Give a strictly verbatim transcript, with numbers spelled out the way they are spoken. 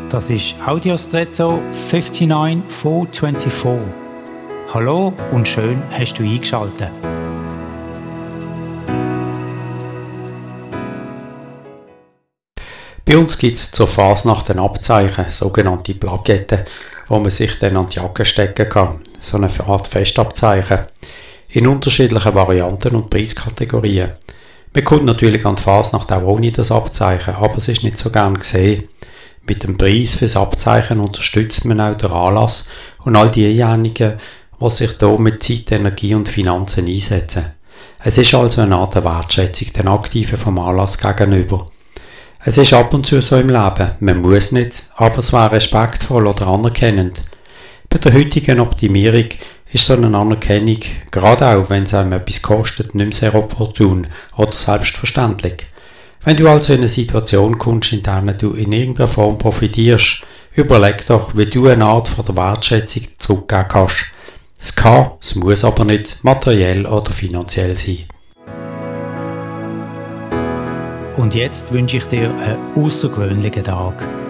Das ist Audiostretto neunundfünfzig vierhundertvierundzwanzig. Hallo und schön hast du eingeschaltet. Bei uns gibt es zur Fasnacht ein Abzeichen, sogenannte Plaketten, wo man sich dann an die Jacke stecken kann. So eine Art Festabzeichen. In unterschiedlichen Varianten und Preiskategorien. Man kommt natürlich an die Fasnacht auch ohne das Abzeichen, aber es ist nicht so gern gesehen. Mit dem Preis fürs Abzeichen unterstützt man auch den Anlass und all diejenigen, die sich hier mit Zeit, Energie und Finanzen einsetzen. Es ist also eine Art Wertschätzung den Aktiven vom Anlass gegenüber. Es ist ab und zu so im Leben, man muss nicht, aber es wäre respektvoll oder anerkennend. Bei der heutigen Optimierung ist so eine Anerkennung, gerade auch wenn es einem etwas kostet, nicht mehr sehr opportun oder selbstverständlich. Wenn du also in eine Situation kommst, in der du in irgendeiner Form profitierst, überleg doch, wie du eine Art von der Wertschätzung zurückgeben kannst. Es kann, es muss aber nicht materiell oder finanziell sein. Und jetzt wünsche ich dir einen außergewöhnlichen Tag.